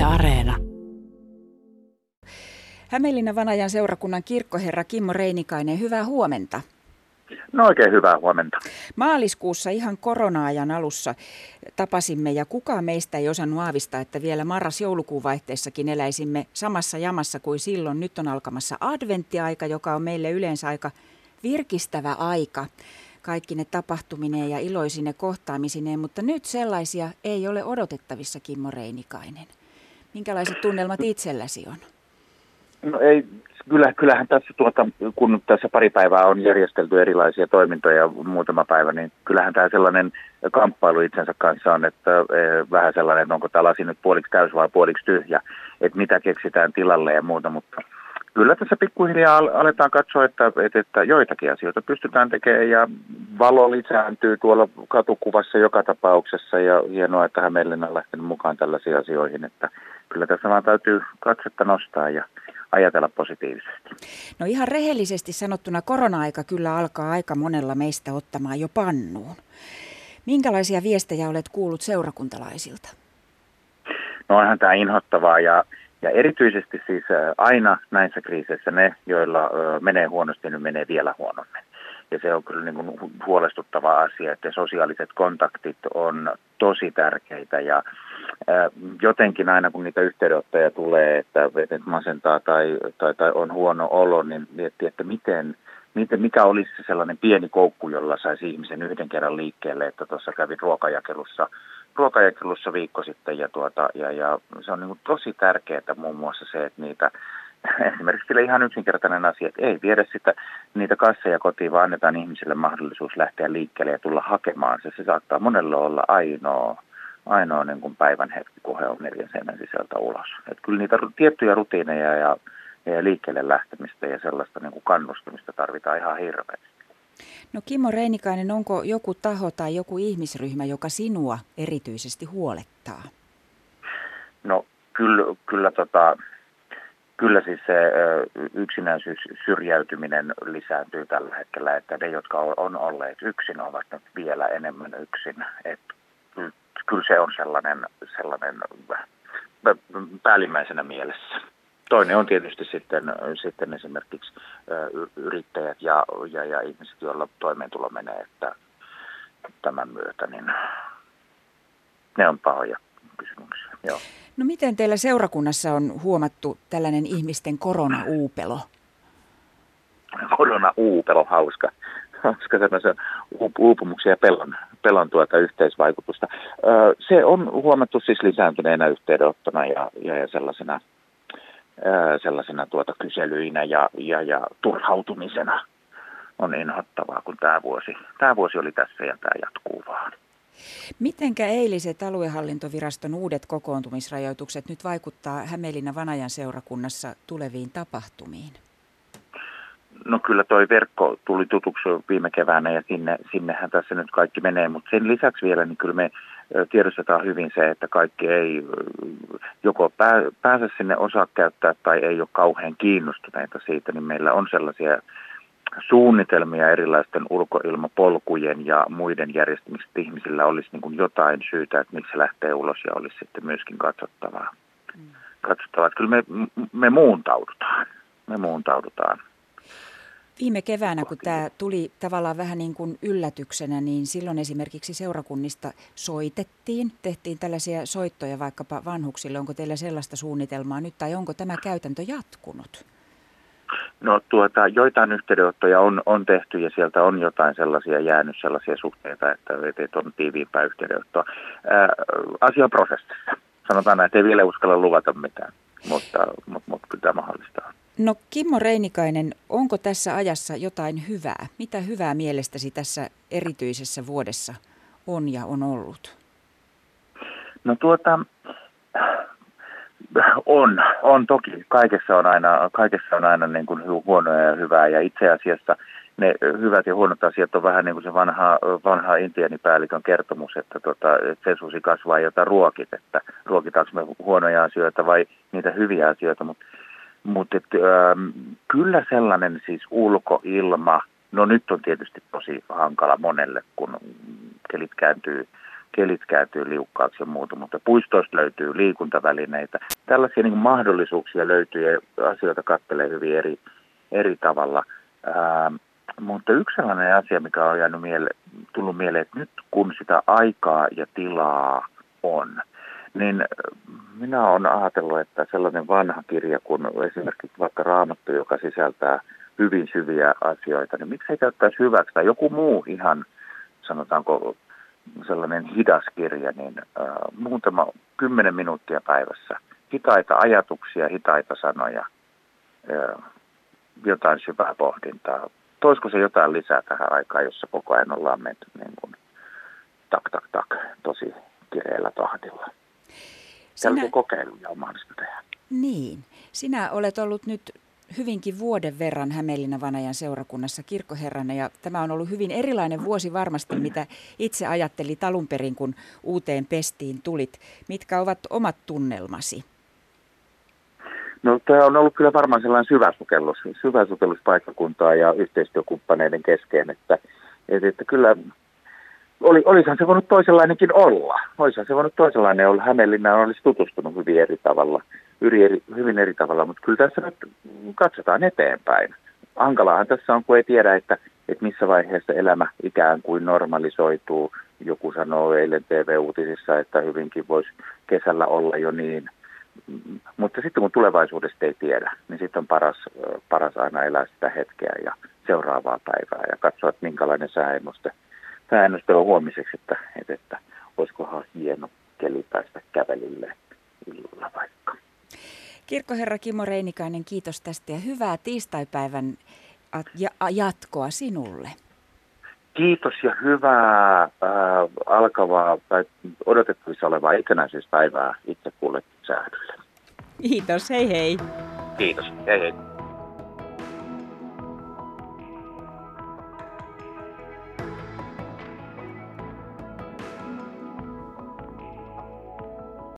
Areena. Hämeenlinnan Vanajan seurakunnan kirkkoherra Kimmo Reinikainen, hyvää huomenta. No oikein hyvää huomenta. Maaliskuussa ihan korona-ajan alussa tapasimme ja kukaan meistä ei osannut aavistaa, että vielä marras-joulukuun vaihteessakin eläisimme samassa jamassa kuin silloin. Nyt on alkamassa adventtiaika, joka on meille yleensä aika virkistävä aika. Kaikki ne tapahtumineen ja iloisine kohtaamisineen, mutta nyt sellaisia ei ole odotettavissa, Kimmo Reinikainen. Minkälaiset tunnelmat itselläsi on? No ei, kyllähän tässä kun tässä pari päivää on järjestelty erilaisia toimintoja muutama päivä, niin kyllähän tämä sellainen kamppailu itsensä kanssa on, että vähän sellainen, että onko tämä lasi nyt puoliksi täys vai puoliksi tyhjä, että mitä keksitään tilalle ja muuta, mutta kyllä tässä pikkuhiljaa aletaan katsoa, että joitakin asioita pystytään tekemään ja valo lisääntyy tuolla katukuvassa joka tapauksessa ja hienoa, että Hämeenlinna on lähtenyt mukaan tällaisiin asioihin, että kyllä tässä vaan täytyy katsetta nostaa ja ajatella positiivisesti. No ihan rehellisesti sanottuna korona-aika kyllä alkaa aika monella meistä ottamaan jo pannuun. Minkälaisia viestejä olet kuullut seurakuntalaisilta? No onhan tämä inhottavaa ja erityisesti siis aina näissä kriiseissä ne, joilla menee huonosti, niin menee vielä huonommin. Ja se on kyllä niin kuin huolestuttava asia, että sosiaaliset kontaktit on tosi tärkeitä ja jotenkin aina kun niitä yhteydenottoja tulee, että masentaa tai on huono olo, niin miettii, että mikä olisi se sellainen pieni koukku, jolla saisi ihmisen yhden kerran liikkeelle, että tuossa kävin ruokajakelussa viikko sitten ja se on niin kuin tosi tärkeää muun muassa se, että niitä esimerkiksi ihan yksinkertainen asia, että ei viedä niitä kasseja kotiin, vaan annetaan ihmisille mahdollisuus lähteä liikkeelle ja tulla hakemaan se. Se saattaa monelle olla ainoa niin kuin päivän hetki, kun he on 4 seinän sisältä ulos. Että kyllä niitä tiettyjä rutiineja ja liikkeelle lähtemistä ja sellaista niin kuin kannustamista tarvitaan ihan hirveästi. No Kimmo Reinikainen, onko joku taho tai joku ihmisryhmä, joka sinua erityisesti huolettaa? No kyllä siis se yksinäisyys, syrjäytyminen lisääntyy tällä hetkellä, että ne, jotka on olleet yksin, ovat nyt vielä enemmän yksin. Että kyllä se on sellainen päällimmäisenä mielessä. Toinen on tietysti sitten esimerkiksi yrittäjät ja ihmiset, joilla toimeentulo menee, että tämän myötä, niin ne on pahoja kysymyksiä. Joo. No miten teillä seurakunnassa on huomattu tällainen ihmisten korona-uupelo? Korona-uupelo, hauska sellaisen uupumuksia ja pelon yhteisvaikutusta. Se on huomattu siis lisääntyneenä yhteydenottona ja sellaisena kyselyinä ja turhautumisena on inhottavaa, kun tämä vuosi oli tässä ja tämä jatkuu vaan. Mitenkä eiliset aluehallintoviraston uudet kokoontumisrajoitukset nyt vaikuttaa Hämeenlinnan Vanajan seurakunnassa tuleviin tapahtumiin? No kyllä toi verkko tuli tutuksi viime keväänä ja sinnehän tässä nyt kaikki menee, mutta sen lisäksi vielä niin kyllä me tiedostetaan hyvin se, että kaikki ei joko pääse sinne osaa käyttää tai ei ole kauhean kiinnostuneita siitä, niin meillä on sellaisia suunnitelmia erilaisten ulkoilmapolkujen ja muiden järjestämistä, että ihmisillä olisi niin kuin jotain syytä, että miksi se lähtee ulos ja olisi sitten myöskin katsottavaa. Kyllä me muuntaudutaan. Viime keväänä, kun tämä tuli tavallaan vähän niin kuin yllätyksenä, niin silloin esimerkiksi seurakunnista tehtiin tällaisia soittoja vaikkapa vanhuksille. Onko teillä sellaista suunnitelmaa nyt tai onko tämä käytäntö jatkunut? No joitain yhteydenottoja on tehty ja sieltä on jotain sellaisia sellaisia suhteita, että on tiiviimpää yhteydenottoa. Asia on prosessissa. Sanotaan näin, että ei vielä uskalla luvata mitään, mutta kyllä tämä mahdollista on. No Kimmo Reinikainen, onko tässä ajassa jotain hyvää? Mitä hyvää mielestäsi tässä erityisessä vuodessa on ja on ollut? No on toki. Kaikessa on aina niin kuin huonoa ja hyvää ja itse asiassa ne hyvät ja huonot asiat on vähän niin kuin se vanha intiaanipäällikön kertomus, että se susi kasvaa jota ruokit, että ruokitaanko me huonoja asioita vai niitä hyviä asioita, mutta kyllä sellainen siis ulkoilma, no nyt on tietysti tosi hankala monelle, kun kelit kelit kääntyy liukkaaksi ja muuta, mutta puistoista löytyy liikuntavälineitä. Tällaisia niin kuin mahdollisuuksia löytyy ja asioita katselee hyvin eri tavalla. Mutta yksi sellainen asia, mikä on tullut mieleen, että nyt kun sitä aikaa ja tilaa on, niin minä olen ajatellut, että sellainen vanha kirja kuin esimerkiksi vaikka Raamattu, joka sisältää hyvin syviä asioita, niin miksi ei käyttäisi hyväksi tai joku muu ihan, sanotaanko sellainen hidas kirja, niin muutama 10 minuuttia päivässä. Hitaita ajatuksia, hitaita sanoja, jotain syvää pohdintaa. Toisiko se jotain lisää tähän aikaan, jossa koko ajan ollaan menty niin kuin tak, tosi kireellä tahdilla. Tällaisia kokeiluja on mahdollista tehdä. Niin. Sinä olet ollut nyt hyvinkin vuoden verran Hämeenlinnan Vanajan seurakunnassa kirkkoherrana, ja tämä on ollut hyvin erilainen vuosi varmasti, mitä itse ajattelit alun perin, kun uuteen pestiin tulit. Mitkä ovat omat tunnelmasi? No tämä on ollut kyllä varmaan sellainen syväsukelluspaikkakuntaa ja yhteistyökumppaneiden kesken, että kyllä olisihan se voinut toisenlainenkin olla. Olisihan se voinut toisenlainen olla. Hämeenlinnaan olisi tutustunut hyvin eri tavalla, mutta kyllä tässä nyt katsotaan eteenpäin. Hankalaahan tässä on, kun ei tiedä, että missä vaiheessa elämä ikään kuin normalisoituu. Joku sanoo eilen TV-uutisissa, että hyvinkin voisi kesällä olla jo niin. Mutta sitten kun tulevaisuudesta ei tiedä, niin sitten on paras aina elää sitä hetkeä ja seuraavaa päivää ja katsoa, että minkälainen sääennuste on huomiseksi, että olisikohan hieno keli päästä kävelille illalla vaikka. Kirkkoherra Kimmo Reinikainen, kiitos tästä ja hyvää tiistaipäivän jatkoa sinulle. Kiitos ja hyvää alkavaa tai odotettavissa olevaa itsenäisyyspäivää itse kullekin säädylle. Kiitos, hei hei. Kiitos, hei hei.